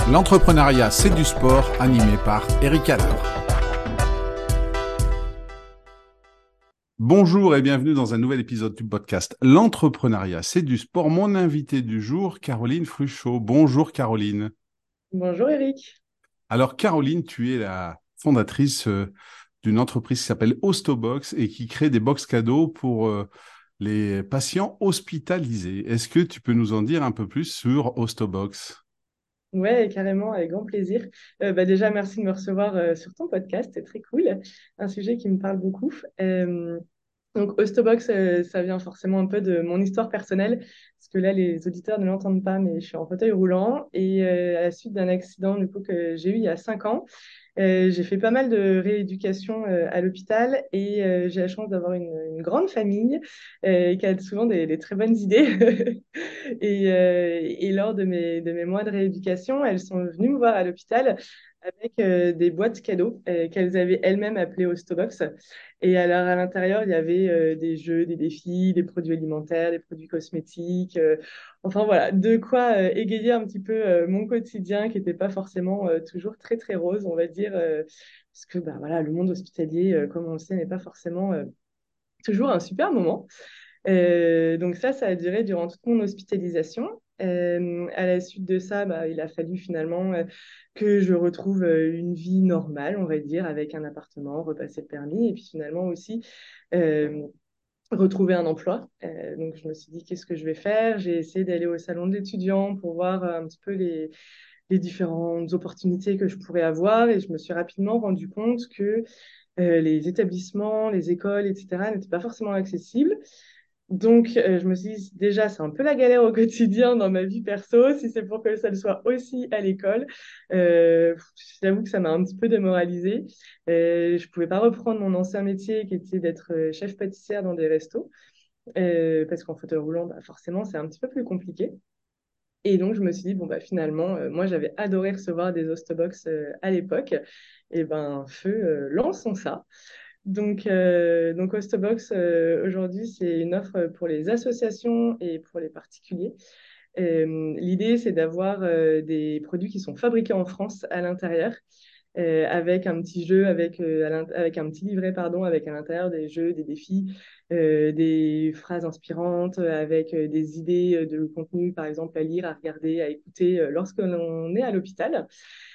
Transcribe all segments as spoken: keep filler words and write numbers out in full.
L'entrepreneuriat, c'est du sport, animé par Eric Haller. Bonjour et bienvenue dans un nouvel épisode du podcast L'entrepreneuriat, c'est du sport. Mon invité du jour, Caroline Fruchot. Bonjour Caroline. Bonjour Eric. Alors Caroline, tu es la fondatrice euh, d'une entreprise qui s'appelle Ostobox et qui crée des box cadeaux pour euh, les patients hospitalisés. Est-ce que tu peux nous en dire un peu plus sur Ostobox? Ouais, carrément, avec grand plaisir. Euh, bah déjà, merci de me recevoir euh, sur ton podcast, c'est très cool. Un sujet qui me parle beaucoup. Euh, donc, Ostobox, euh, ça vient forcément un peu de mon histoire personnelle, parce que là, les auditeurs ne l'entendent pas, mais je suis en fauteuil roulant. Et euh, à la suite d'un accident du coup, que j'ai eu il y a cinq ans, Euh, j'ai fait pas mal de rééducation euh, à l'hôpital et euh, j'ai la chance d'avoir une, une grande famille euh, qui a souvent des, des très bonnes idées. Et, euh, et lors de mes, de mes mois de rééducation, elles sont venues me voir à l'hôpital avec euh, des boîtes cadeaux euh, qu'elles avaient elles-mêmes appelées Ostobox. Et alors, à l'intérieur, il y avait euh, des jeux, des défis, des produits alimentaires, des produits cosmétiques. euh, enfin, voilà, de quoi euh, égayer un petit peu euh, mon quotidien qui n'était pas forcément euh, toujours très, très rose, on va dire. euh, parce que bah, voilà, le monde hospitalier, euh, comme on le sait, n'est pas forcément euh, toujours un super moment. Euh, donc ça, ça a duré durant toute mon hospitalisation. Euh, à la suite de ça, bah, il a fallu finalement euh, que je retrouve euh, une vie normale, on va dire, avec un appartement, repasser le permis, et puis finalement aussi euh, retrouver un emploi. Euh, donc je me suis dit, qu'est-ce que je vais faire? J'ai essayé d'aller au salon de l'étudiant pour voir euh, un petit peu les, les différentes opportunités que je pourrais avoir, et je me suis rapidement rendu compte que euh, les établissements, les écoles, et cetera, n'étaient pas forcément accessibles. Donc, euh, je me suis dit, déjà, c'est un peu la galère au quotidien dans ma vie perso, si c'est pour que ça le soit aussi à l'école. Euh, J'avoue que ça m'a un petit peu démoralisée. Euh, je ne pouvais pas reprendre mon ancien métier qui était d'être euh, chef pâtissière dans des restos, euh, parce qu'en fauteuil roulant, bah, forcément, c'est un petit peu plus compliqué. Et donc, je me suis dit, bon, bah, finalement, euh, moi, j'avais adoré recevoir des Ostobox euh, à l'époque. Et ben, feu, euh, lançons ça. Donc, euh, donc Hostobox, euh, aujourd'hui, c'est une offre pour les associations et pour les particuliers. Euh, l'idée, c'est d'avoir euh, des produits qui sont fabriqués en France à l'intérieur, euh, avec un petit jeu, avec, euh, à l'int- avec un petit livret, pardon, avec à l'intérieur des jeux, des défis, euh, des phrases inspirantes, avec euh, des idées de contenu, par exemple, à lire, à regarder, à écouter euh, lorsque l'on est à l'hôpital.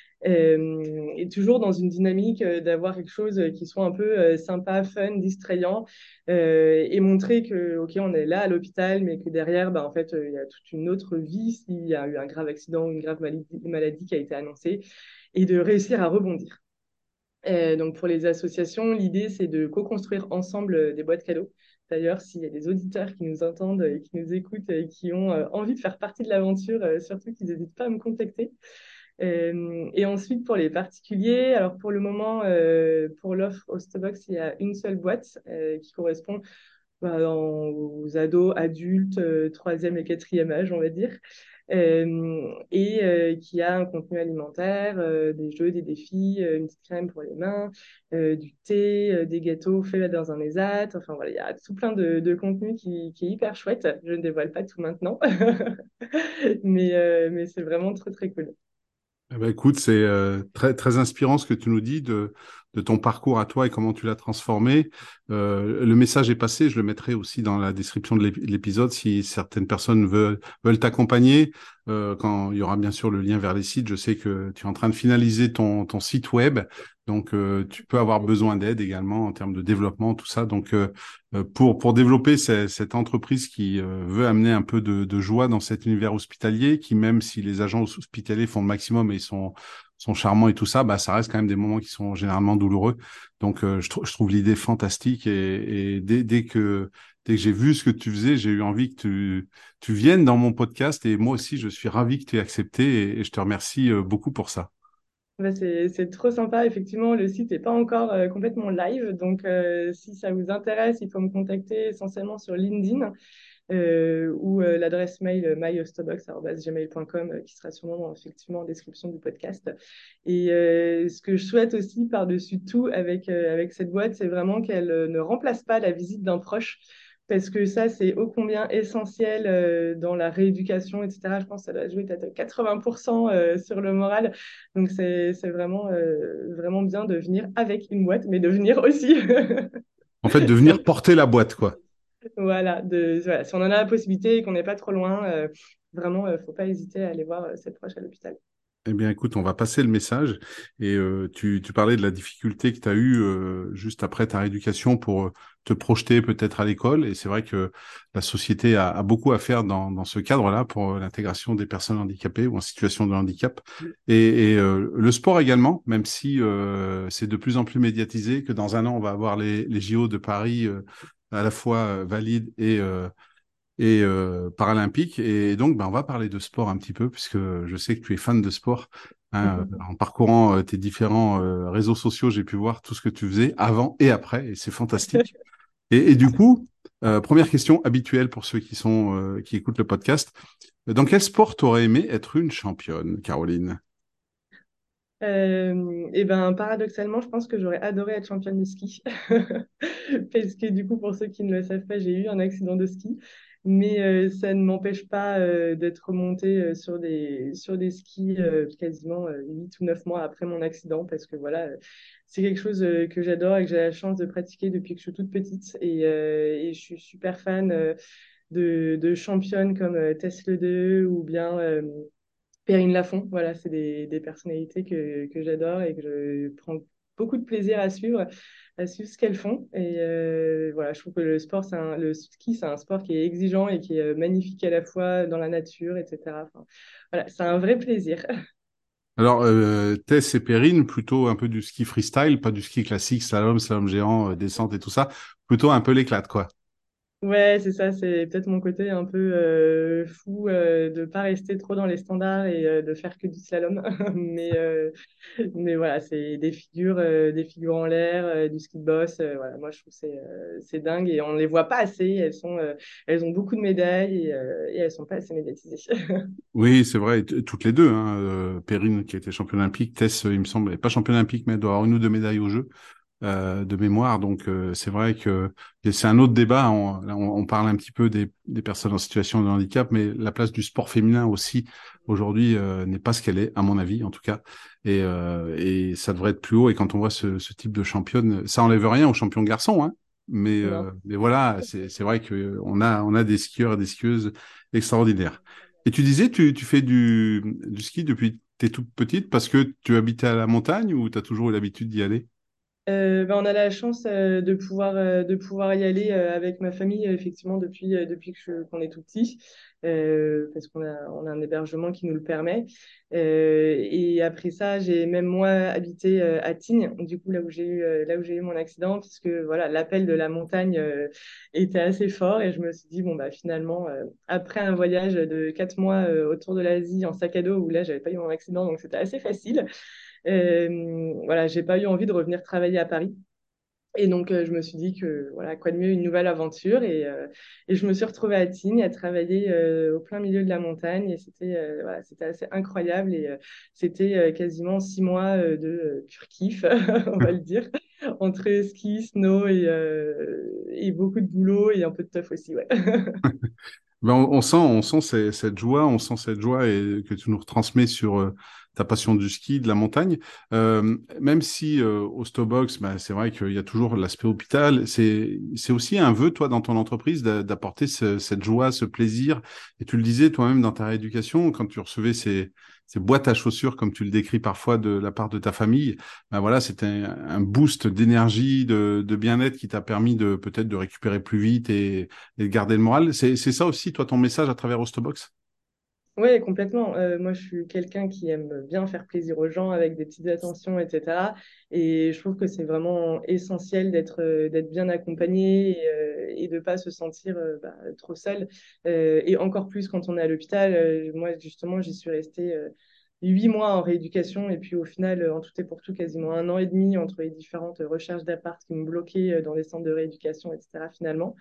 Euh, et toujours dans une dynamique euh, d'avoir quelque chose qui soit un peu euh, sympa, fun, distrayant, euh, et montrer que, OK, on est là à l'hôpital, mais que derrière, bah, en fait, euh, il y a toute une autre vie s'il y a eu un grave accident ou une grave maladie, maladie qui a été annoncée, et de réussir à rebondir. Euh, donc pour les associations, l'idée, c'est de co-construire ensemble euh, des boîtes cadeaux. D'ailleurs, s'il y a des auditeurs qui nous entendent et qui nous écoutent et qui ont euh, envie de faire partie de l'aventure, euh, surtout qu'ils n'hésitent pas à me contacter. Euh, et ensuite, pour les particuliers, alors pour le moment, euh, pour l'offre Hostobox, il y a une seule boîte euh, qui correspond bah, en- aux ados, adultes, euh, troisième et quatrième âge, on va dire, euh, et euh, qui a un contenu alimentaire, euh, des jeux, des défis, euh, une petite crème pour les mains, euh, du thé, euh, des gâteaux faits dans un ESAT. Enfin voilà, il y a tout plein de, de contenu qui, qui est hyper chouette. Je ne dévoile pas tout maintenant, mais, euh, mais c'est vraiment très très cool. Eh ben, écoute, c'est euh, très, très inspirant ce que tu nous dis de, de ton parcours à toi et comment tu l'as transformé. Euh, le message est passé, je le mettrai aussi dans la description de l'ép- l'épisode si certaines personnes veulent, veulent t'accompagner. Euh, quand il y aura bien sûr le lien vers les sites, je sais que tu es en train de finaliser ton, ton site web, donc euh, tu peux avoir besoin d'aide également en termes de développement, tout ça. Donc euh, euh, pour, pour développer ce- cette entreprise qui euh, veut amener un peu de, de joie dans cet univers hospitalier, qui même si les agents hospitaliers font le maximum et ils sont, sont charmants et tout ça, bah, ça reste quand même des moments qui sont généralement douloureux. Donc euh, je, trou- je trouve l'idée fantastique et, et dès, dès que, dès que j'ai vu ce que tu faisais, j'ai eu envie que tu, tu viennes dans mon podcast et moi aussi je suis ravi que tu aies accepté et, et je te remercie euh, beaucoup pour ça. Bah, c'est, c'est trop sympa. Effectivement, le site n'est pas encore euh, complètement live. Donc, euh, si ça vous intéresse, il faut me contacter essentiellement sur LinkedIn euh, ou euh, l'adresse mail euh, my hostobox arobase gmail point com euh, qui sera sûrement dans- effectivement en description du podcast. Et euh, ce que je souhaite aussi par-dessus tout avec, euh, avec cette boîte, c'est vraiment qu'elle euh, ne remplace pas la visite d'un proche. parce que ça, c'est ô combien essentiel euh, dans la rééducation, et cetera. Je pense que ça doit jouer peut-être quatre-vingts pour cent euh, sur le moral. Donc, c'est, c'est vraiment, euh, vraiment bien de venir avec une boîte, mais de venir aussi. En fait, de si on, venir porter la boîte, quoi. voilà, de, voilà, si on en a la possibilité et qu'on n'est pas trop loin, euh, vraiment, il ne faut pas hésiter à aller voir euh, ses proches à l'hôpital. Eh bien, écoute, on va passer le message. Et euh, tu, tu parlais de la difficulté que tu as eue euh, juste après ta rééducation pour euh, te projeter peut-être à l'école. Et c'est vrai que la société a, a beaucoup à faire dans, dans ce cadre-là pour euh, l'intégration des personnes handicapées ou en situation de handicap. Et, et euh, le sport également, même si euh, c'est de plus en plus médiatisé, que dans un an, on va avoir les, les J O de Paris euh, à la fois euh, valides et... Euh, et euh, paralympique. Et donc, ben, on va parler de sport un petit peu, puisque je sais que tu es fan de sport. Hein, euh, en parcourant euh, tes différents euh, réseaux sociaux, j'ai pu voir tout ce que tu faisais avant et après, et c'est fantastique. Et, et du coup, euh, première question habituelle pour ceux qui sont euh, qui écoutent le podcast. Dans quel sport t'aurais aimé être une championne, Caroline? Euh, et ben paradoxalement, je pense que j'aurais adoré être championne de ski. Parce que du coup, pour ceux qui ne le savent pas, j'ai eu un accident de ski. Mais euh, ça ne m'empêche pas euh, d'être montée euh, sur des, sur des skis euh, quasiment euh, huit ou neuf mois après mon accident. Parce que voilà, euh, c'est quelque chose euh, que j'adore et que j'ai la chance de pratiquer depuis que je suis toute petite. Et, euh, et je suis super fan euh, de, de championnes comme euh, Tess Le Deux ou bien euh, Perrine Lafont. Voilà, c'est des, des personnalités que, que j'adore et que je prends beaucoup de plaisir à suivre, à suivre ce qu'elles font. Et euh, voilà, je trouve que le sport, c'est un- le ski, c'est un sport qui est exigeant et qui est euh, magnifique à la fois dans la nature, et cetera. Enfin, voilà, c'est un vrai plaisir. Alors, euh, Tess et Perrine, plutôt un peu du ski freestyle, pas du ski classique, slalom, slalom géant, euh, descente et tout ça, plutôt un peu l'éclate, quoi. Ouais, c'est ça, c'est peut-être mon côté un peu euh, fou euh, de pas rester trop dans les standards et euh, de faire que du slalom. Mais, euh, mais voilà, c'est des figures, euh, des figures en l'air, euh, du ski de boss. Euh, voilà, moi, je trouve que c'est euh, c'est dingue et on les voit pas assez. Elles sont, euh, elles ont beaucoup de médailles et, euh, et elles sont pas assez médiatisées. Oui, c'est vrai, et t- toutes les deux. Hein, euh, Perrine, qui était championne olympique, Tess, euh, il me semble, elle est pas championne olympique, mais elle doit avoir une ou deux médailles aux Jeux euh, de mémoire. Donc, euh, c'est vrai que et c'est un autre débat. On, là, on, on parle un petit peu des, des personnes en situation de handicap, mais la place du sport féminin aussi, aujourd'hui, euh, n'est pas ce qu'elle est, à mon avis, en tout cas. Et, euh, et ça devrait être plus haut. Et quand on voit ce, ce type de championne, ça enlève rien aux champions garçons, hein. Mais, euh, Non. mais voilà, c'est c'est vrai que on a, on a des skieurs et des skieuses extraordinaires. Et tu disais, tu, tu fais du, du ski depuis que t'es toute petite parce que tu habitais à la montagne ou tu as toujours eu l'habitude d'y aller? Euh, ben, on a la chance euh, de pouvoir, euh, de pouvoir y aller euh, avec ma famille, euh, effectivement, depuis, euh, depuis que je- qu'on est tout petit, euh, parce qu'on a, on a un hébergement qui nous le permet. Euh, et après ça, j'ai même moi habité euh, à Tignes, du coup, là où j'ai eu, euh, là où j'ai eu mon accident, puisque voilà, l'appel de la montagne euh, était assez fort. Et je me suis dit, bon, bah, finalement, euh, après un voyage de quatre mois euh, autour de l'Asie en sac à dos, où là, j'avais pas eu mon accident, donc c'était assez facile. Euh, voilà, j'ai pas eu envie de revenir travailler à Paris. Et donc, euh, je me suis dit que, voilà, quoi de mieux, une nouvelle aventure. Et, euh, et je me suis retrouvée à Tignes, à travailler euh, au plein milieu de la montagne. Et c'était euh, voilà, c'était assez incroyable. Et euh, c'était euh, quasiment six mois euh, de euh, pur kiff, on va le dire, entre ski, snow et, euh, et beaucoup de boulot et un peu de teuf aussi, ouais. Ben, on, on sent, on sent ces- cette joie, on sent cette joie et que tu nous retransmets sur euh, ta passion du ski, de la montagne. Euh, même si euh, au Stobox, ben, c'est vrai qu'il y a toujours l'aspect hôpital. C'est, c'est aussi un vœu, toi, dans ton entreprise, d'a- d'apporter ce- cette joie, ce plaisir. Et tu le disais toi-même dans ta rééducation, quand tu recevais ces, ces boîtes à chaussures, comme tu le décris parfois de la part de ta famille, ben voilà, c'était un, un boost d'énergie, de, de bien-être qui t'a permis de peut-être de récupérer plus vite et et de garder le moral. C'est, c'est ça aussi, toi, ton message à travers Ostobox? Oui, complètement. Euh, moi, je suis quelqu'un qui aime bien faire plaisir aux gens avec des petites attentions, et cetera. Et je trouve que c'est vraiment essentiel d'être euh, d'être bien accompagné et, euh, et de ne pas se sentir euh, bah, trop seul. Euh, et encore plus quand on est à l'hôpital. Euh, moi, justement, j'y suis restée euh, huit mois en rééducation et puis au final, euh, en tout et pour tout, quasiment un an et demi entre les différentes recherches d'appart qui me bloquaient euh, dans les centres de rééducation, et cetera. Finalement.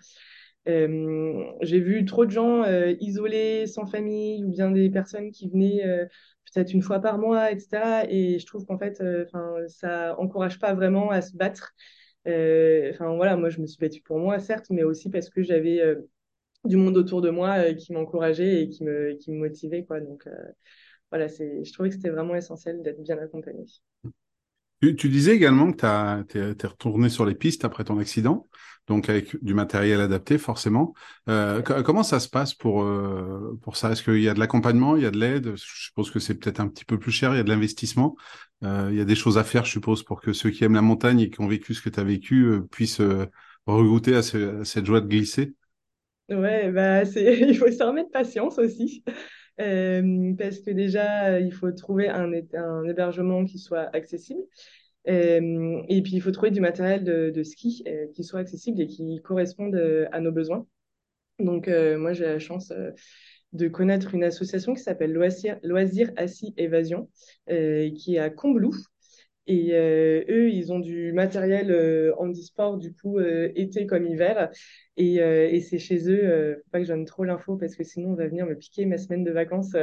Euh, j'ai vu trop de gens euh, isolés, sans famille, ou bien des personnes qui venaient euh, peut-être une fois par mois, et cetera. Et je trouve qu'en fait, euh, 'fin, ça encourage pas vraiment à se battre. Euh, Enfin voilà, moi je me suis battue pour moi, certes, mais aussi parce que j'avais euh, du monde autour de moi euh, qui m'encourageait et qui me, qui me motivait, quoi. Donc euh, voilà, c'est, je trouvais que c'était vraiment essentiel d'être bien accompagné. Tu, tu disais également que tu es, retourné sur les pistes après ton accident, donc avec du matériel adapté, forcément. Euh, co- comment ça se passe pour, euh, pour ça? Est-ce qu'il y a de l'accompagnement, il y a de l'aide? Je suppose que c'est peut-être un petit peu plus cher, il y a de l'investissement. Euh, il y a des choses à faire, je suppose, pour que ceux qui aiment la montagne et qui ont vécu ce que tu as vécu euh, puissent euh, regoûter à, ce- à cette joie de glisser. Ouais, bah c'est, il faut se remettre patience aussi. Euh, parce que déjà, il faut trouver un, hé- un hébergement qui soit accessible. Euh, et puis, il faut trouver du matériel de, de ski euh, qui soit accessible et qui corresponde euh, à nos besoins. Donc, euh, moi, j'ai la chance euh, de connaître une association qui s'appelle Loisirs, Loisirs Assis Évasion, euh, qui est à Combloux. Et euh, eux, ils ont du matériel euh, handisport, du coup, euh, été comme hiver. Et, euh, et c'est chez eux, euh, faut pas que je donne trop l'info parce que sinon, on va venir me piquer ma semaine de vacances.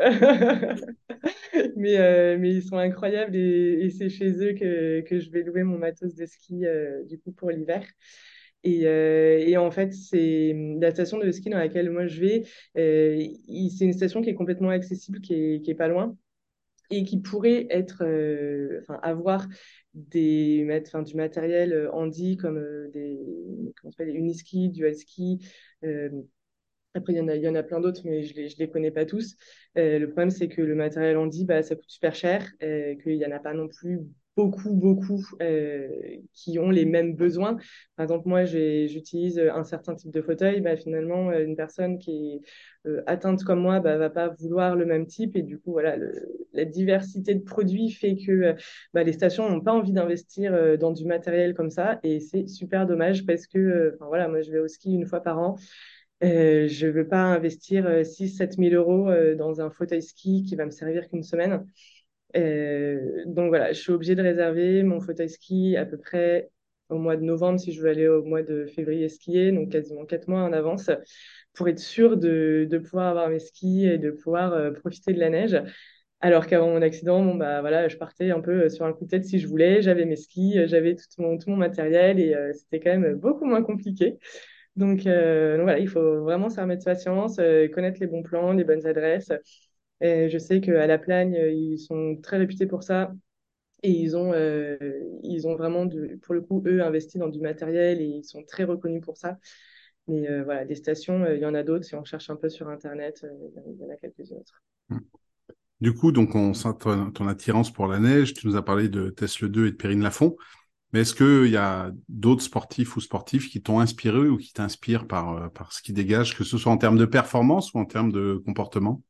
mais, euh, mais ils sont incroyables et, et c'est chez eux que, que je vais louer mon matos de ski, euh, du coup, pour l'hiver. Et, euh, et en fait, c'est la station de ski dans laquelle moi je vais. Euh, il- c'est une station qui est complètement accessible, qui est, qui est pas loin et qui pourrait être, euh, enfin, avoir des, mat- enfin, du matériel euh, handi comme euh, des, comment ça s'appelle, des uniski, du ski. Euh, après, il y en a, il y en a plein d'autres, mais je les, je les connais pas tous. Euh, le problème, c'est que le matériel handi, bah, ça coûte super cher, euh, qu'il y en a pas non plus beaucoup, beaucoup euh, qui ont les mêmes besoins. Par exemple, moi, j'ai- j'utilise un certain type de fauteuil. Bah, finalement, euh, une personne qui est euh, atteinte comme moi, bah, va pas vouloir le même type. Et du coup, voilà, le- la diversité de produits fait que euh, bah, les stations n'ont pas envie d'investir euh, dans du matériel comme ça. Et c'est super dommage parce que, euh, enfin, voilà, moi, je vais au ski une fois par an. Euh, je ne veux pas investir euh, six sept mille euros euh, dans un fauteuil ski qui va me servir qu'une semaine. Euh, donc voilà, je suis obligée de réserver mon fauteuil ski à peu près au mois de novembre si je veux aller au mois de février skier, donc quasiment quatre mois en avance, pour être sûre de, de pouvoir avoir mes skis et de pouvoir euh, profiter de la neige. Alors qu'avant mon accident, bon, bah, voilà, je partais un peu sur un coup de tête si je voulais, j'avais mes skis, j'avais tout mon, tout mon matériel et euh, c'était quand même beaucoup moins compliqué. Donc, euh, donc voilà, il faut vraiment se remettre patience, euh, connaître les bons plans, les bonnes adresses. Et je sais qu'à La Plagne, euh, ils sont très réputés pour ça. Et ils ont, euh, ils ont vraiment, de, pour le coup, eux, investi dans du matériel et ils sont très reconnus pour ça. Mais euh, voilà, des stations, euh, il y en a d'autres. Si on cherche un peu sur Internet, euh, il y en a quelques autres. Du coup, donc on sent ton, ton attirance pour la neige. Tu nous as parlé de Tesla deux et de Perrine Lafont. Mais est-ce qu'il y a d'autres sportifs ou sportifs qui t'ont inspiré ou qui t'inspirent par, euh, par ce qu'ils dégagent, que ce soit en termes de performance ou en termes de comportement?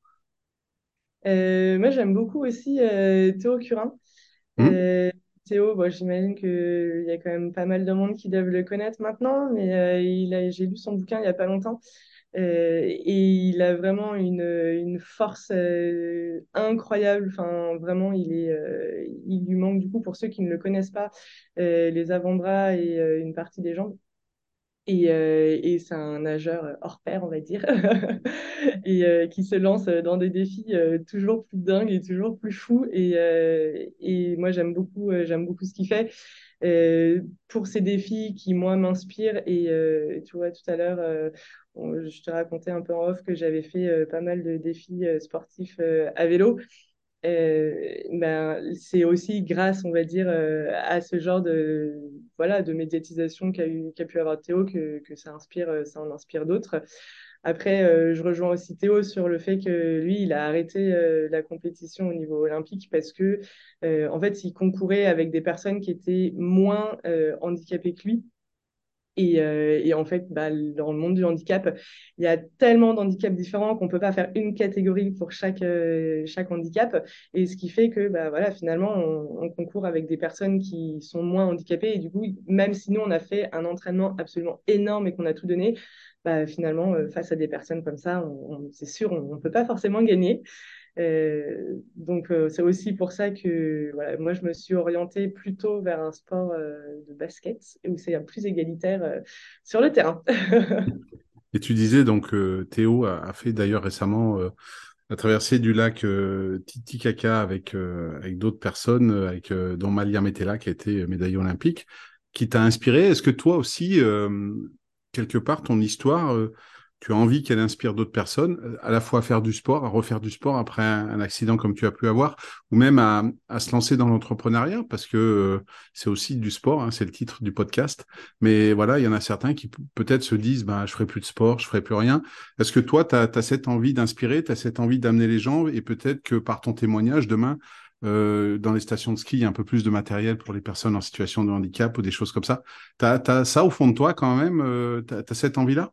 Euh, moi, j'aime beaucoup aussi euh, Théo Curin. Hmm. Euh, Théo, bon, j'imagine qu'il y a quand même pas mal de monde qui doivent le connaître maintenant, mais euh, il a, j'ai lu son bouquin il n'y a pas longtemps. Euh, et il a vraiment une, une force euh, incroyable. Enfin, vraiment, il est, euh, il lui manque du coup, pour ceux qui ne le connaissent pas, euh, les avant-bras et euh, une partie des jambes. Et, euh, et c'est un nageur hors pair, on va dire, et euh, qui se lance dans des défis euh, toujours plus dingues et toujours plus fous. Et, euh, et moi, j'aime beaucoup, euh, j'aime beaucoup ce qu'il fait euh, pour ces défis qui, moi, m'inspirent. Et euh, tu vois, tout à l'heure, euh, on- je te racontais un peu en off que j'avais fait euh, pas mal de défis euh, sportifs euh, à vélo. Euh, ben, c'est aussi grâce, on va dire, euh, à ce genre de, voilà, de médiatisation qu'a eu, qu'a pu avoir Théo que, que ça inspire, euh, ça en inspire d'autres. Après, euh, je rejoins aussi Théo sur le fait que lui, il a arrêté euh, la compétition au niveau olympique parce que, euh, en fait, il concourait avec des personnes qui étaient moins euh, handicapées que lui. Et, euh, et en fait, bah, dans le monde du handicap, il y a tellement d'handicaps différents qu'on ne peut pas faire une catégorie pour chaque, euh, chaque handicap. Et ce qui fait que bah, voilà, finalement, on, on concourt avec des personnes qui sont moins handicapées. Et du coup, même si nous, on a fait un entraînement absolument énorme et qu'on a tout donné, bah, finalement, euh, face à des personnes comme ça, on, on- c'est sûr, on ne peut pas forcément gagner. Euh, donc, euh, c'est aussi pour ça que voilà, moi, je me suis orientée plutôt vers un sport euh, de basket où c'est plus égalitaire euh, sur le terrain. Et tu disais donc euh, Théo a, a fait d'ailleurs récemment euh, la traversée du lac euh, Titicaca avec, euh, avec d'autres personnes, euh, avec, euh, dont Malia Metella qui a été médaillée olympique. qui t'a inspiré. Est-ce que toi aussi, euh, quelque part, ton histoire, euh, tu as envie qu'elle inspire d'autres personnes, euh, à la fois à faire du sport, à refaire du sport après un, un accident comme tu as pu avoir, ou même à, à se lancer dans l'entrepreneuriat, parce que euh, c'est aussi du sport, hein, c'est le titre du podcast. Mais voilà, il y en a certains qui p- peut-être se disent, bah, je ferai plus de sport, je ferai plus rien. Est-ce que toi, tu as cette envie d'inspirer, tu as cette envie d'amener les gens, et peut-être que par ton témoignage, demain, euh, dans les stations de ski, il y a un peu plus de matériel pour les personnes en situation de handicap ou des choses comme ça. T'as, t'as ça au fond de toi quand même, euh, t'as, t'as cette envie-là?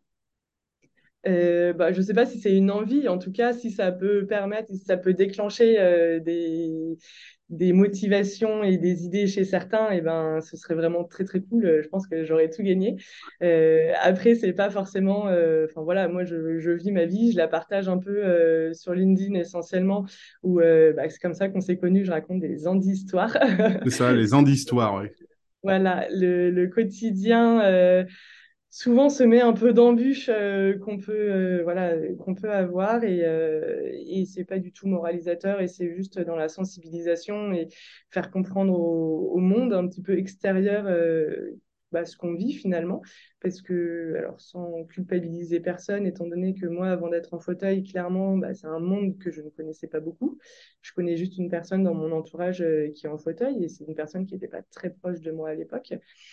Euh, bah, je ne sais pas si c'est une envie, en tout cas, si ça peut permettre, si ça peut déclencher euh, des, des motivations et des idées chez certains, et ben, ce serait vraiment très très cool. Je pense que j'aurais tout gagné. Euh, après, c'est pas forcément. euh, Enfin voilà, moi je, je vis ma vie, je la partage un peu euh, sur LinkedIn essentiellement, où euh, bah, c'est comme ça qu'on s'est connus. Je raconte des histoires. C'est ça, les ans d'histoire, oui. Voilà, le, le quotidien. euh, souvent se met un peu d'embûches euh, qu'on peut euh, voilà qu'on peut avoir et euh, et c'est pas du tout moralisateur et c'est juste dans la sensibilisation et faire comprendre au, au monde un petit peu extérieur euh, bah, ce qu'on vit finalement parce que alors sans culpabiliser personne étant donné que moi avant d'être en fauteuil clairement bah, c'est un monde que je ne connaissais pas beaucoup, je connais juste une personne dans mon entourage euh, qui est en fauteuil et c'est une personne qui n'était pas très proche de moi à l'époque.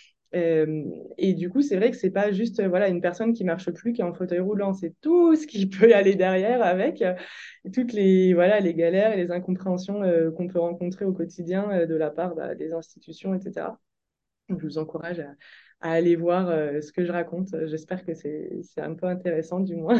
Euh, et du coup, c'est vrai que c'est pas juste euh, voilà une personne qui marche plus, qui est en fauteuil roulant, c'est tout ce qui peut aller derrière avec euh, toutes les voilà les galères et les incompréhensions euh, qu'on peut rencontrer au quotidien euh, de la part bah, des institutions, et cetera. Donc, je vous encourage à, à aller voir euh, ce que je raconte. J'espère que c'est c'est un peu intéressant, du moins.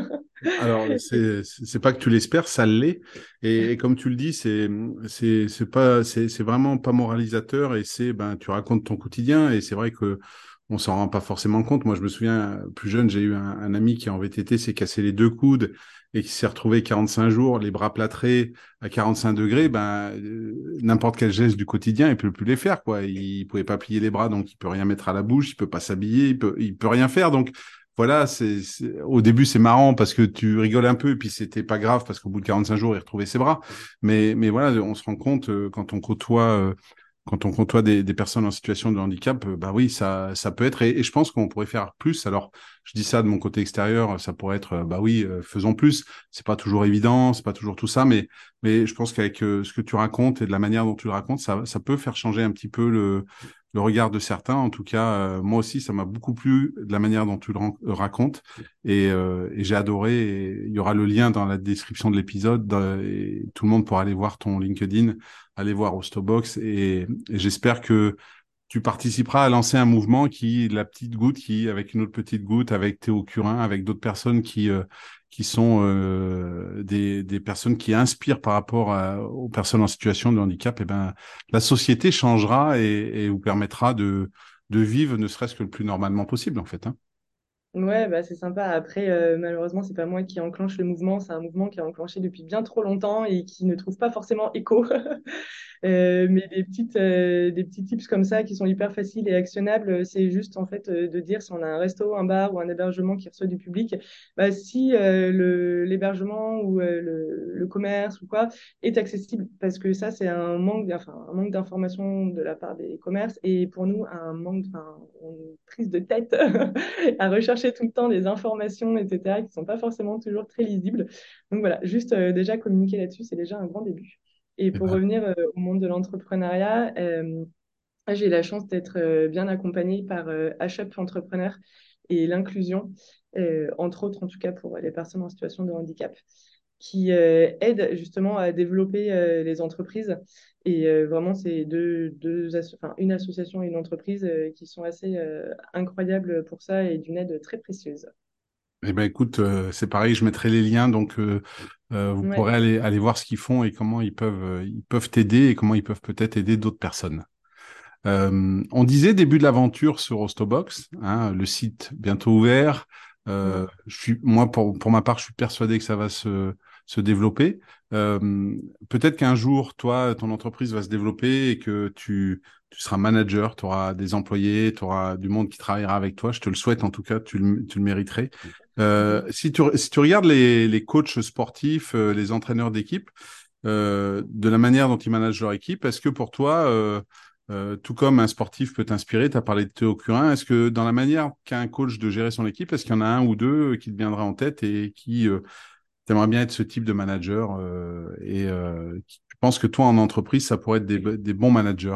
Alors, c'est c'est pas que tu l'espères, ça l'est. Et, et comme tu le dis, c'est c'est c'est pas c'est c'est vraiment pas moralisateur et c'est ben tu racontes ton quotidien et c'est vrai que on s'en rend pas forcément compte. Moi, je me souviens plus jeune, j'ai eu un, un ami qui en V T T s'est cassé les deux coudes et qui s'est retrouvé quarante-cinq jours les bras plâtrés à quarante-cinq degrés. Ben euh, n'importe quel geste du quotidien, il peut plus les faire quoi. Il pouvait pas plier les bras, donc il peut rien mettre à la bouche, il peut pas s'habiller, il peut il peut rien faire donc voilà, c'est, c'est- au début c'est marrant parce que tu rigoles un peu et puis c'était pas grave parce qu'au bout de quarante-cinq jours il retrouvait ses bras. Mais mais voilà, on se rend compte euh, quand on côtoie euh, quand on côtoie des, des personnes en situation de handicap, euh, bah oui, ça ça peut être et, et je pense qu'on pourrait faire plus. Alors je dis ça de mon côté extérieur, ça pourrait être euh, bah oui, euh, faisons plus. C'est pas toujours évident, c'est pas toujours tout ça, mais mais je pense qu'avec euh, ce que tu racontes et de la manière dont tu le racontes, ça ça peut faire changer un petit peu le le regard de certains. En tout cas, euh, moi aussi, ça m'a beaucoup plu de la manière dont tu le ran- euh, racontes et, euh, et j'ai adoré. Et il y aura le lien dans la description de l'épisode dans- et tout le monde pourra aller voir ton LinkedIn, aller voir Hostobox et, et j'espère que tu participeras à lancer un mouvement qui, la petite goutte, qui, avec une autre petite goutte, avec Théo Curin, avec d'autres personnes qui, euh, qui sont euh, des, des personnes qui inspirent par rapport à- aux personnes en situation de handicap, et ben, la société changera et, et vous permettra de, de vivre ne serait-ce que le plus normalement possible, en fait, hein. Ouais, bah c'est sympa. Après, euh, malheureusement, c'est pas moi qui enclenche le mouvement, c'est un mouvement qui est enclenché depuis bien trop longtemps et qui ne trouve pas forcément écho. Euh, mais des petites, euh, des petits tips comme ça qui sont hyper faciles et actionnables, euh, c'est juste en fait euh, de dire si on a un resto, un bar ou un hébergement qui reçoit du public, bah, si euh, le, l'hébergement ou euh, le, le commerce ou quoi est accessible, parce que ça c'est un manque, enfin, un manque d'information de la part des commerces et pour nous un manque, enfin, une prise de tête à rechercher tout le temps des informations, et cetera, qui ne sont pas forcément toujours très lisibles. Donc voilà, juste euh, déjà communiquer là-dessus, c'est déjà un grand début. Et Eh pour ben, revenir euh, au monde de l'entrepreneuriat, euh, j'ai la chance d'être euh, bien accompagnée par euh, H-Up Entrepreneur et l'inclusion, euh, entre autres en tout cas pour les personnes en situation de handicap, qui euh, aident justement à développer euh, les entreprises. Et euh, vraiment, c'est deux, deux asso- enfin, une association et une entreprise euh, qui sont assez euh, incroyables pour ça et d'une aide très précieuse. eh ben, écoute, euh, c'est pareil, je mettrai les liens, donc euh, euh, vous Ouais. pourrez aller, aller voir ce qu'ils font et comment ils peuvent, euh, ils peuvent t'aider et comment ils peuvent peut-être aider d'autres personnes. Euh, on disait début de l'aventure sur Hostobox, hein, le site bientôt ouvert. Euh, Mm. je suis, moi, pour, pour ma part, je suis persuadé que ça va se, se développer. Euh, peut-être qu'un jour, toi, ton entreprise va se développer et que tu, tu seras manager, tu auras des employés, tu auras du monde qui travaillera avec toi. Je te le souhaite, en tout cas, tu le, tu le mériterais. Euh, Mhm. si tu, si tu regardes les, les coachs sportifs, euh, les entraîneurs d'équipe, euh, de la manière dont ils managent leur équipe, est-ce que pour toi, euh, Euh, tout comme un sportif peut t'inspirer, tu as parlé de Théo Curin. Est-ce que dans la manière qu'a un coach de gérer son équipe, est-ce qu'il y en a un ou deux qui te viendra en tête et qui euh, t'aimerais bien être ce type de manager euh, et euh, qui- tu penses que toi, en entreprise, ça pourrait être des, des bons managers?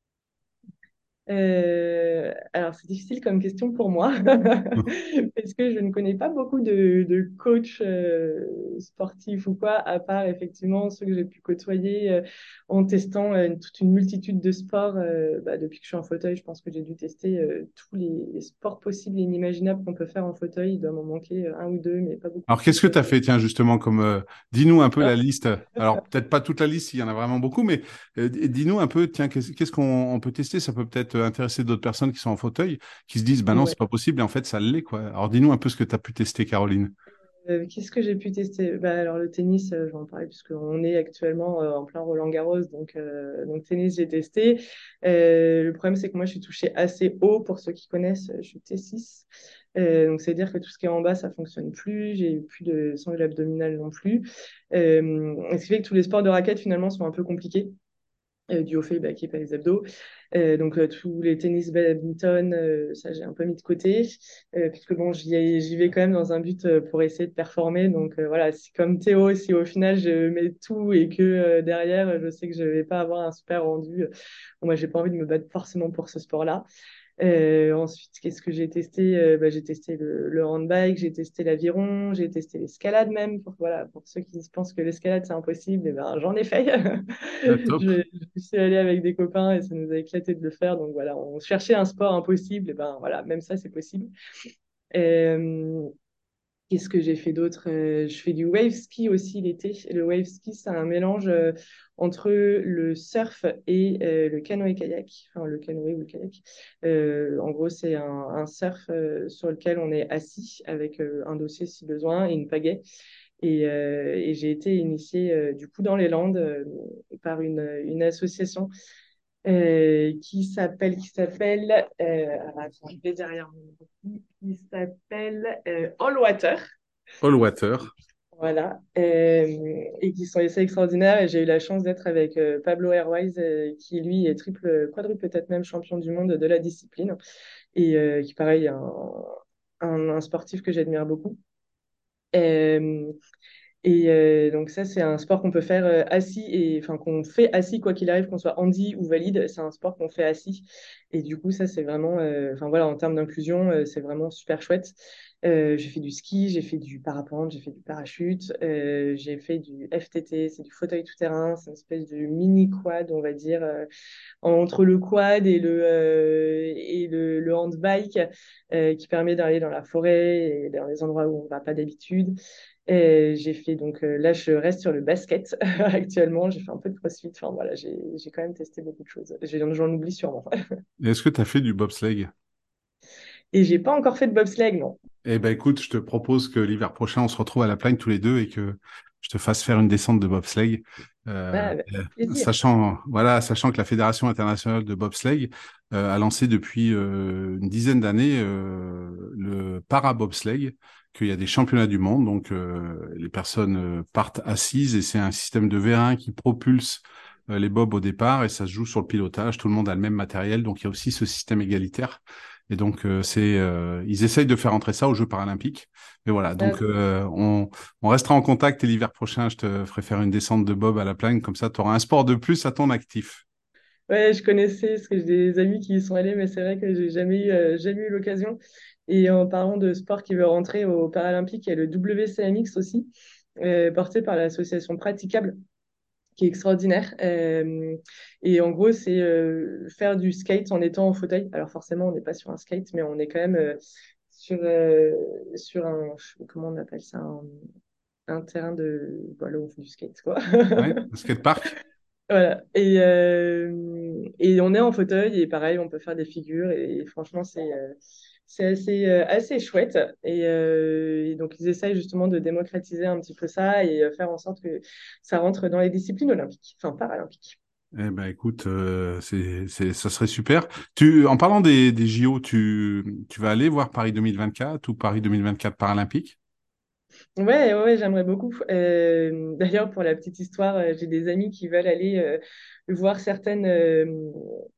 Euh, alors, c'est difficile comme question pour moi parce que je ne connais pas beaucoup de, de coachs euh, sportifs ou quoi, à part effectivement ceux que j'ai pu côtoyer euh, en testant euh, une- toute une multitude de sports. Euh, bah, depuis que je suis en fauteuil, je pense que j'ai dû tester euh, tous les, les sports possibles et inimaginables qu'on peut faire en fauteuil. Il doit m'en manquer euh, un ou deux, mais pas beaucoup Alors, qu'est-ce plus. que euh. tu as fait, tiens, justement, comme euh, dis-nous un peu la liste. Alors, peut-être pas toute la liste, s'il y en a vraiment beaucoup, mais euh, d- dis-nous un peu, tiens, qu'est-ce qu'est-ce qu'on on peut tester? Ça peut peut-être euh, intéresser d'autres personnes qui sont en fauteuil, qui se disent, ben non, Ouais. c'est pas possible, et en fait, ça l'est, quoi. Alors, dis-nous un peu ce que tu as pu tester, Caroline. Euh, qu'est-ce que j'ai pu tester? Bah, alors le tennis, euh, j'en parlais puisqu'on est actuellement euh, en plein Roland-Garros, donc, euh, donc tennis j'ai testé. Euh, le problème c'est que moi je suis touchée assez haut, pour ceux qui connaissent, je suis T six. Euh, donc c'est-à-dire que tout ce qui est en bas ça fonctionne plus, j'ai plus de sangle abdominale non plus. Euh, ce qui fait que tous les sports de raquette finalement sont un peu compliqués euh, dû au fait bah, qu'il n'y ait pas les abdos. Euh, donc euh, tous les tennis, badminton, euh, ça j'ai un peu mis de côté, euh, puisque bon, j'y ai- j'y vais quand même dans un but euh, pour essayer de performer. Donc euh, voilà, si comme Théo, si au final je mets tout et que euh, derrière, je sais que je vais pas avoir un super rendu, euh, bon, moi j'ai pas envie de me battre forcément pour ce sport-là. Euh, ensuite, qu'est-ce que j'ai testé? Euh, bah, j'ai testé le, le handbike, j'ai testé l'aviron, j'ai testé l'escalade même. Pour, voilà, pour ceux qui pensent que l'escalade c'est impossible, eh ben, j'en ai fait. Ah, top. je, je suis allée avec des copains et ça nous a éclaté de le faire. Donc voilà, on cherchait un sport impossible, et ben voilà, même ça c'est possible. Euh, Qu'est-ce que j'ai fait d'autre? Euh, Je fais du wave ski aussi l'été. Le wave ski, c'est un mélange euh, entre le surf et euh, le canoë-kayak. Enfin, le canoë ou le kayak. Euh, en gros, c'est un, un surf euh, sur lequel on est assis avec euh, un dossier si besoin et une pagaie. Et, euh, et j'ai été initiée euh, du coup dans les Landes euh, par une, une association euh, qui s'appelle qui s'appelle euh, alors, attends, je vais derrière mon ordi, qui s'appelle euh, All Water. All water. Voilà, euh, et qui sont assez extraordinaires. Et j'ai eu la chance d'être avec euh, Pablo Airwise, euh, qui lui est triple, quadruple peut-être même champion du monde de la discipline, et euh, qui pareil est un, un, un sportif que j'admire beaucoup. Euh, et euh, donc ça, c'est un sport qu'on peut faire euh, assis et enfin qu'on fait assis quoi qu'il arrive, qu'on soit handi ou valide. C'est un sport qu'on fait assis. Et du coup, ça, c'est vraiment, euh, enfin voilà, en termes d'inclusion, euh, c'est vraiment super chouette. Euh, j'ai fait du ski, j'ai fait du parapente, j'ai fait du parachute, euh, j'ai fait du F T T, c'est du fauteuil tout-terrain, c'est une espèce de mini quad, on va dire, euh, entre le quad et le, euh, et le, le handbike, euh, qui permet d'aller dans la forêt et dans les endroits où on ne va pas d'habitude. Et j'ai fait donc euh, là, je reste sur le basket actuellement. J'ai fait un peu de crossfit. Enfin voilà, j'ai j'ai quand même testé beaucoup de choses. J'ai- J'en oublie sûrement. Et est-ce que tu as fait du bobsleigh? Et j'ai pas encore fait de bobsleigh, non. Eh ben, écoute, je te propose que l'hiver prochain, on se retrouve à la plagne tous les deux et que je te fasse faire une descente de bobsleigh. Ah, Euh, avec euh, plaisir. sachant, voilà, sachant que la Fédération internationale de bobsleigh euh, a lancé depuis euh, une dizaine d'années euh, le para-bobsleigh, qu'il y a des championnats du monde. Donc, euh, les personnes euh, partent assises et c'est un système de vérin qui propulse euh, les bobs au départ et ça se joue sur le pilotage. Tout le monde a le même matériel, donc il y a aussi ce système égalitaire. Et donc, euh, c'est, euh, ils essayent de faire entrer ça aux Jeux paralympiques. Mais voilà, Ah, donc euh, on, on restera en contact et l'hiver prochain, je te ferai faire une descente de bob à la plagne. Comme ça, tu auras un sport de plus à ton actif. ouais, je connaissais, parce que j'ai des amis qui y sont allés, mais c'est vrai que j'ai jamais eu, euh, jamais eu l'occasion. Et en parlant de sport qui veut rentrer aux Paralympiques, il y a le W C M X aussi, euh, porté par l'association Praticable, qui est extraordinaire. Euh, et en gros, c'est euh, faire du skate en étant en fauteuil. Alors forcément, on n'est pas sur un skate, mais on est quand même euh, sur, euh, sur un, comment on appelle ça, un, un terrain de, voilà, où on fait du skate, quoi. Ouais, un skatepark. Voilà. Et, euh, et on est en fauteuil et pareil, on peut faire des figures et, franchement, c'est euh, c'est assez, euh, assez chouette. Et, euh, et donc, ils essayent justement de démocratiser un petit peu ça et euh, faire en sorte que ça rentre dans les disciplines olympiques, enfin paralympiques. Eh ben, écoute, euh, c'est, c'est, ça serait super. Tu, en parlant des, des J O, tu, tu vas aller voir Paris deux mille vingt-quatre ou Paris deux mille vingt-quatre Paralympique? Ouais, ouais, ouais, j'aimerais beaucoup. Euh, d'ailleurs, pour la petite histoire, euh, j'ai des amis qui veulent aller euh, voir certaines, euh,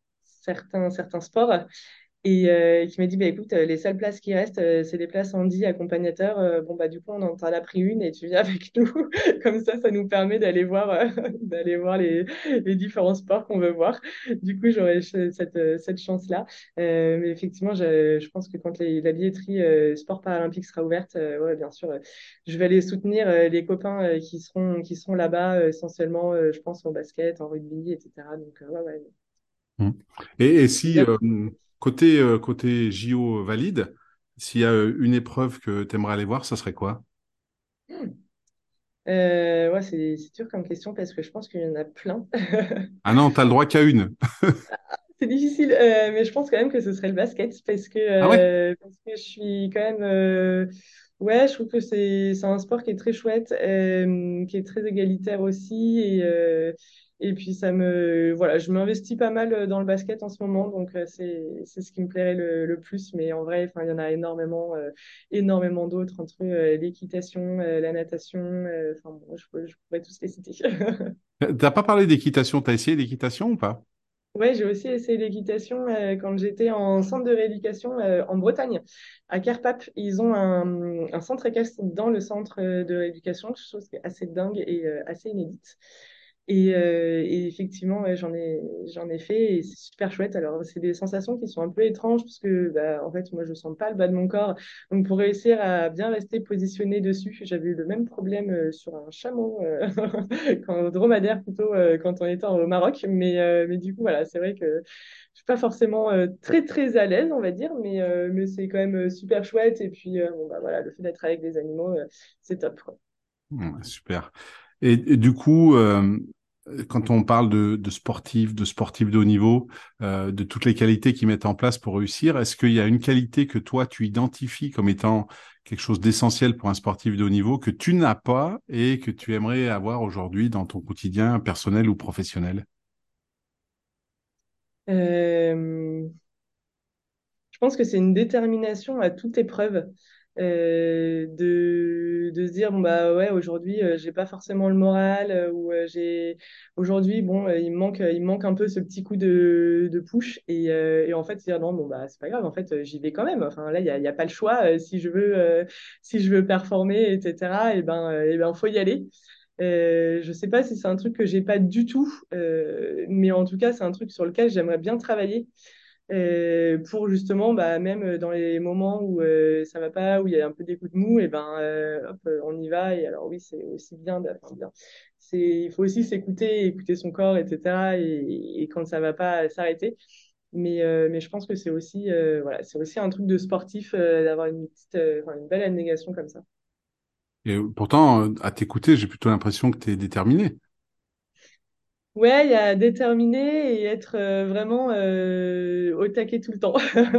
certains, certains sports. Et euh, qui m'a dit, bah, écoute, euh, les seules places qui restent, euh, c'est des places handi accompagnateur. Euh, bon, bah, du coup, on en t'en a pris une et tu viens avec nous. Comme ça, ça nous permet d'aller voir, euh, d'aller voir les, les différents sports qu'on veut voir. Du coup, j'aurais ch- cette, euh, cette chance-là. Euh, mais effectivement, je, je pense que quand les- la billetterie euh, sport paralympique sera ouverte, euh, ouais, bien sûr, euh, je vais aller soutenir euh, les copains euh, qui seront, qui seront là-bas, euh, essentiellement, euh, je pense, en basket, en rugby, et cetera. Donc, euh, ouais, ouais, Mm. Et, et c'est si, bien. euh, côté, euh, côté J O valide, s'il y a euh, une épreuve que tu aimerais aller voir, ça serait quoi? Euh, ouais, c'est c'est dur comme question parce que je pense qu'il y en a plein. Ah non, t'as le droit qu'à une. C'est difficile, euh, mais je pense quand même que ce serait le basket parce que, Ah ouais? euh, parce que je suis quand même. Euh, ouais, je trouve que c'est c'est un sport qui est très chouette, euh, qui est très égalitaire aussi. Et, euh, et puis, ça me. Voilà, je m'investis pas mal dans le basket en ce moment, donc euh, c'est c'est ce qui me plairait le, le plus. Mais en vrai, enfin, il y en a énormément, euh, énormément d'autres entre euh, l'équitation, euh, la natation. euh, Enfin, bon, je, pourrais- je pourrais tous les citer. T'as pas parlé d'équitation, t'as essayé l'équitation ou pas? Ouais, j'ai aussi essayé l'équitation euh, quand j'étais en centre de rééducation euh, en Bretagne, à Kerpap. Ils ont un, un centre équestre dans le centre euh, de rééducation, chose qui est assez dingue et euh, assez inédite. Et, euh, et effectivement, ouais, j'en ai, j'en ai fait et c'est super chouette. Alors, c'est des sensations qui sont un peu étranges parce que, bah, en fait, moi, je sens pas le bas de mon corps. Donc, pour réussir à bien rester positionné dessus, j'avais eu le même problème euh, sur un chameau, euh, quand, dromadaire plutôt, euh, quand on était au Maroc. Mais, euh, mais du coup, voilà, c'est vrai que je suis pas forcément euh, très, très à l'aise, on va dire, mais, euh, mais c'est quand même euh, super chouette. Et puis, euh, bon, bah, voilà, le fait d'être avec des animaux, euh, c'est top, quoi. Ouais, super. Et, et du coup, euh, quand on parle de, de sportifs, de sportifs de haut niveau, euh, de toutes les qualités qu'ils mettent en place pour réussir, est-ce qu'il y a une qualité que toi, tu identifies comme étant quelque chose d'essentiel pour un sportif de haut niveau que tu n'as pas et que tu aimerais avoir aujourd'hui dans ton quotidien personnel ou professionnel? Euh, Je pense que c'est une détermination à toute épreuve. Euh, de, de se dire bon bah ouais aujourd'hui euh, j'ai pas forcément le moral euh, ou euh, j'ai aujourd'hui bon euh, il me manque il me manque un peu ce petit coup de, de push et, euh, et en fait se dire non bon bah c'est pas grave en fait euh, j'y vais quand même enfin là il y a, il y a pas le choix euh, si je veux euh, si je veux performer etc et ben euh, et ben faut y aller. Euh, je sais pas si c'est un truc que j'ai pas du tout, euh, mais en tout cas, c'est un truc sur lequel j'aimerais bien travailler euh, pour justement, bah, même dans les moments où euh, ça va pas, où il y a un peu des coups de mou, et ben, euh, hop, euh, on y va. Et alors oui, c'est aussi bien, de- enfin, bien. C'est, il faut aussi s'écouter, écouter son corps, et cetera. Et, et quand ça va pas, s'arrêter. Mais, euh, mais je pense que c'est aussi, euh, voilà, c'est aussi un truc de sportif euh, d'avoir une petite, euh, enfin, une belle abnégation comme ça. Et pourtant, euh, à t'écouter, j'ai plutôt l'impression que tu es déterminé. Ouais, il y a déterminer et être euh, vraiment euh, au taquet tout le temps.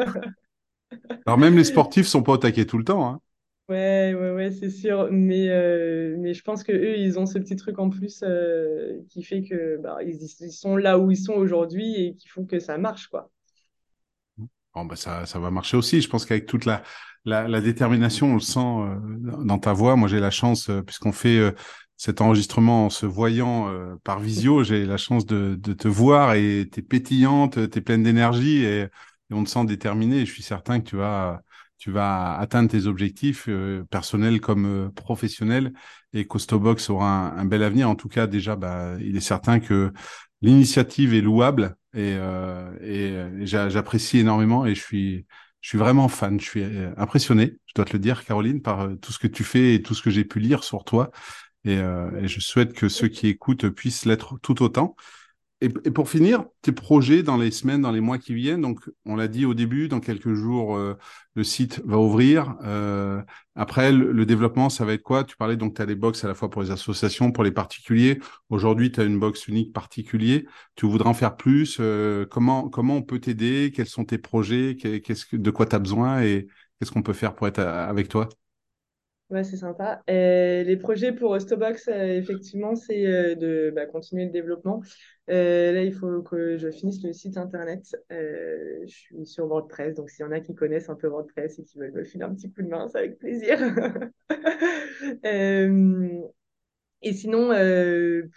Alors même les sportifs sont pas au taquet tout le temps, hein. Ouais, ouais, ouais, c'est sûr. Mais, euh, mais je pense que eux, ils ont ce petit truc en plus euh, qui fait que bah, ils, ils sont là où ils sont aujourd'hui et qui font que ça marche, quoi. Bon, bah ça, ça va marcher aussi. Je pense qu'avec toute la, la, la détermination, on le sent euh, dans ta voix. Moi, j'ai la chance, euh, puisqu'on fait euh, cet enregistrement en se voyant euh, par visio, j'ai la chance de, de te voir et t'es pétillante, t'es pleine d'énergie et, et on te sent déterminée. Et je suis certain que tu vas, tu vas atteindre tes objectifs euh, personnels comme euh, professionnels et qu'Ostobox aura un, un bel avenir. En tout cas, déjà, bah, il est certain que l'initiative est louable et, euh, et, euh, et j'a- j'apprécie énormément et je suis, je suis vraiment fan. Je suis euh, impressionné, je dois te le dire, Caroline, par euh, tout ce que tu fais et tout ce que j'ai pu lire sur toi. Et, euh, et je souhaite que ceux qui écoutent puissent l'être tout autant. Et, et pour finir, tes projets dans les semaines, dans les mois qui viennent. Donc, on l'a dit au début, dans quelques jours, euh, le site va ouvrir. Euh, après, le, le développement, ça va être quoi? Tu parlais donc, tu as des box à la fois pour les associations, pour les particuliers. Aujourd'hui, tu as une box unique particulier. Tu voudrais en faire plus. Euh, comment, comment on peut t'aider? Quels sont tes projets? Qu'est- Qu'est-ce que, de quoi tu as besoin et qu'est-ce qu'on peut faire pour être à- avec toi? Ouais, c'est sympa. Euh, les projets pour Ostobox, euh, effectivement, c'est euh, de bah, continuer le développement. Euh, là, il faut que je finisse le site internet. Euh, je suis sur WordPress, donc s'il y en a qui connaissent un peu WordPress et qui veulent me filer un petit coup de main, c'est avec plaisir. Euh, Et sinon, euh, plus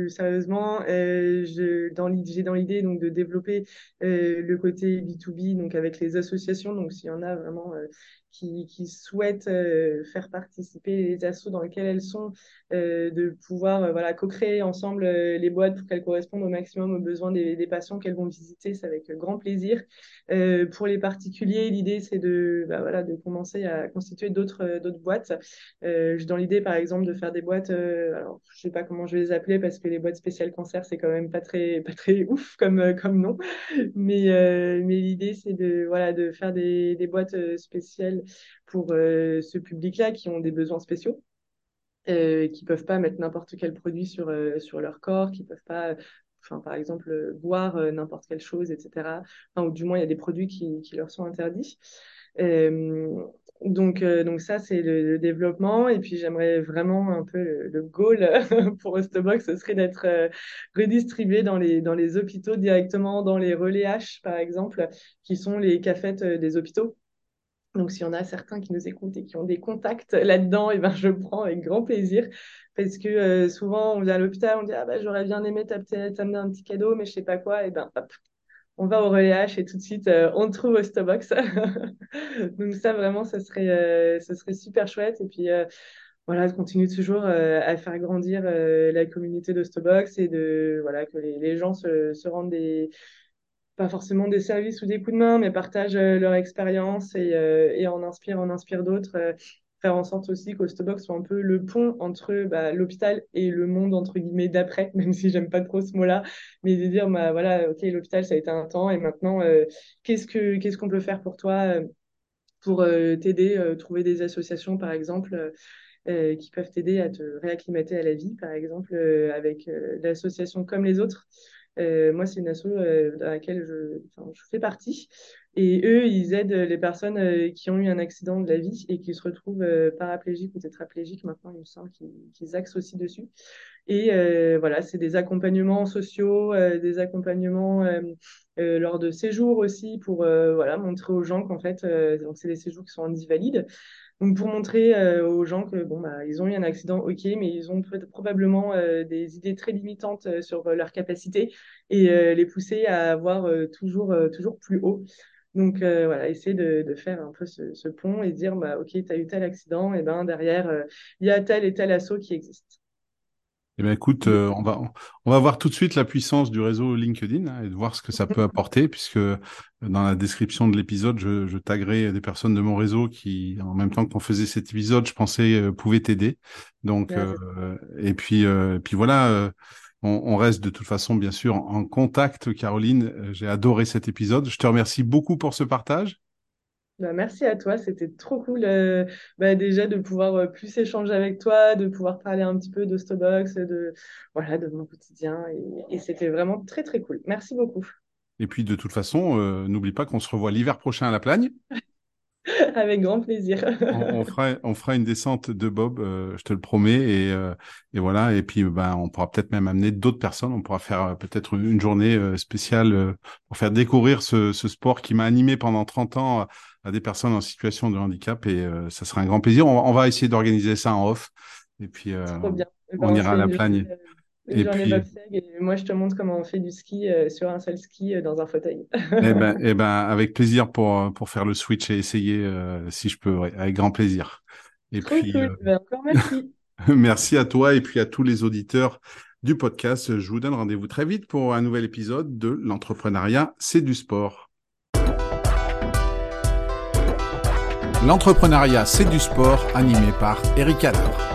plus sérieusement, euh, je, dans l'idée, j'ai dans l'idée donc de développer euh, le côté B deux B, donc avec les associations. Donc s'il y en a vraiment euh, qui, qui souhaitent euh, faire participer les assos dans lesquelles elles sont, euh, de pouvoir euh, voilà, co-créer ensemble euh, les boîtes pour qu'elles correspondent au maximum aux besoins des, des patients qu'elles vont visiter, c'est avec grand plaisir. Euh, pour les particuliers, l'idée c'est de, bah, voilà, de commencer à constituer d'autres euh, d'autres boîtes. Euh, j'ai dans l'idée par exemple de faire des boîtes, euh, alors je sais pas comment je vais les appeler parce que les boîtes spéciales cancer c'est quand même pas très pas très ouf comme euh, comme nom, mais euh, mais l'idée c'est de voilà de faire des, des boîtes euh, spéciales pour euh, ce public-là qui ont des besoins spéciaux. Euh, qui peuvent pas mettre n'importe quel produit sur, euh, sur leur corps, qui peuvent pas, enfin, par exemple, euh, boire euh, n'importe quelle chose, et cetera. Enfin, ou du moins, il y a des produits qui, qui leur sont interdits. Euh, donc, euh, donc ça, c'est le, le développement. Et puis, j'aimerais vraiment un peu le, le goal pour Ostobox, ce serait d'être euh, redistribué dans les, dans les hôpitaux directement, dans les relais H, par exemple, qui sont les cafettes euh, des hôpitaux. Donc, s'il y en a certains qui nous écoutent et qui ont des contacts là-dedans, et ben, je prends avec grand plaisir. Parce que euh, souvent, on vient à l'hôpital, on dit ah, bah, j'aurais bien aimé t'amener un petit cadeau, mais je sais pas quoi. Et ben, hop, on va au relais H et tout de suite, euh, on trouve au Stobox. Donc, ça, vraiment, ça serait, euh, ça serait super chouette. Et puis, euh, voilà, de continuer toujours euh, à faire grandir euh, la communauté de Stobox et de, voilà, que les, les gens se, se rendent des pas forcément des services ou des coups de main, mais partagent euh, leur expérience et, euh, et en inspirent, en inspire d'autres. Euh, faire en sorte aussi qu'Hostobox soit un peu le pont entre bah, l'hôpital et le monde, entre guillemets, d'après, même si j'aime pas trop ce mot-là, mais de dire, bah, voilà, ok, l'hôpital, ça a été un temps, et maintenant, euh, qu'est-ce que, qu'est-ce qu'on peut faire pour toi, euh, pour euh, t'aider, euh, trouver des associations, par exemple, euh, euh, qui peuvent t'aider à te réacclimater à la vie, par exemple, euh, avec euh, l'association Comme les autres. Euh, moi, c'est une asso euh, dans laquelle je, enfin, je fais partie. Et eux, ils aident les personnes euh, qui ont eu un accident de la vie et qui se retrouvent euh, paraplégiques ou tétraplégiques. Maintenant, il me semble qu'ils qu'ils axent aussi dessus. Et euh, voilà, c'est des accompagnements sociaux, euh, des accompagnements euh, euh, lors de séjours aussi pour euh, voilà, montrer aux gens qu'en fait, euh, donc c'est des séjours qui sont invalides. Donc pour montrer euh, aux gens que bon bah ils ont eu un accident, ok, mais ils ont peut- probablement euh, des idées très limitantes euh, sur euh, leurs capacités et euh, les pousser à avoir euh, toujours euh, toujours plus haut. Donc euh, voilà, essayer de, de faire un peu ce, ce pont et dire bah ok, tu as eu tel accident, et ben derrière euh, il y a tel et tel assaut qui existe. Eh bien, écoute, euh, on va, on va voir tout de suite la puissance du réseau LinkedIn hein, et de voir ce que ça peut apporter, puisque euh, dans la description de l'épisode, je, je taguerai des personnes de mon réseau qui, en même temps qu'on faisait cet épisode, je pensais euh, pouvaient t'aider. Donc, Là, euh, c'est- et puis, euh, et puis voilà, euh, on, on reste de toute façon, bien sûr, en, en contact, Caroline. Euh, J'ai adoré cet épisode. Je te remercie beaucoup pour ce partage. bah, merci à toi, c'était trop cool euh, bah, déjà de pouvoir euh, plus échanger avec toi, de pouvoir parler un petit peu d'Ostobox, de, voilà, de mon quotidien et, et c'était vraiment très très cool. Merci beaucoup. Et puis, de toute façon, euh, n'oublie pas qu'on se revoit l'hiver prochain à la Plagne. Avec grand plaisir. On, on fera, on fera une descente de Bob, euh, je te le promets, et, euh, et voilà. Et puis, euh, ben, on pourra peut-être même amener d'autres personnes. On pourra faire euh, peut-être une journée euh, spéciale euh, pour faire découvrir ce, ce sport qui m'a animé pendant trente ans à, à des personnes en situation de handicap. Et euh, ça sera un grand plaisir. On, on va essayer d'organiser ça en off. Et puis, euh, Trop bien. Eh ben, on on se ira à fait la une journée, Plagne. euh, une Et journée puis, bobsleigh et moi je te montre comment on fait du ski euh, sur un seul ski euh, dans un fauteuil. eh ben, eh ben, avec plaisir pour, pour faire le switch et essayer euh, si je peux, ouais, avec grand plaisir. Et Trop puis, cool. euh, Ben, encore merci. merci à toi et puis à tous les auditeurs du podcast. Je vous donne rendez-vous très vite pour un nouvel épisode de L'entrepreneuriat, c'est du sport. L'entrepreneuriat, c'est du sport, animé par Eric Adler.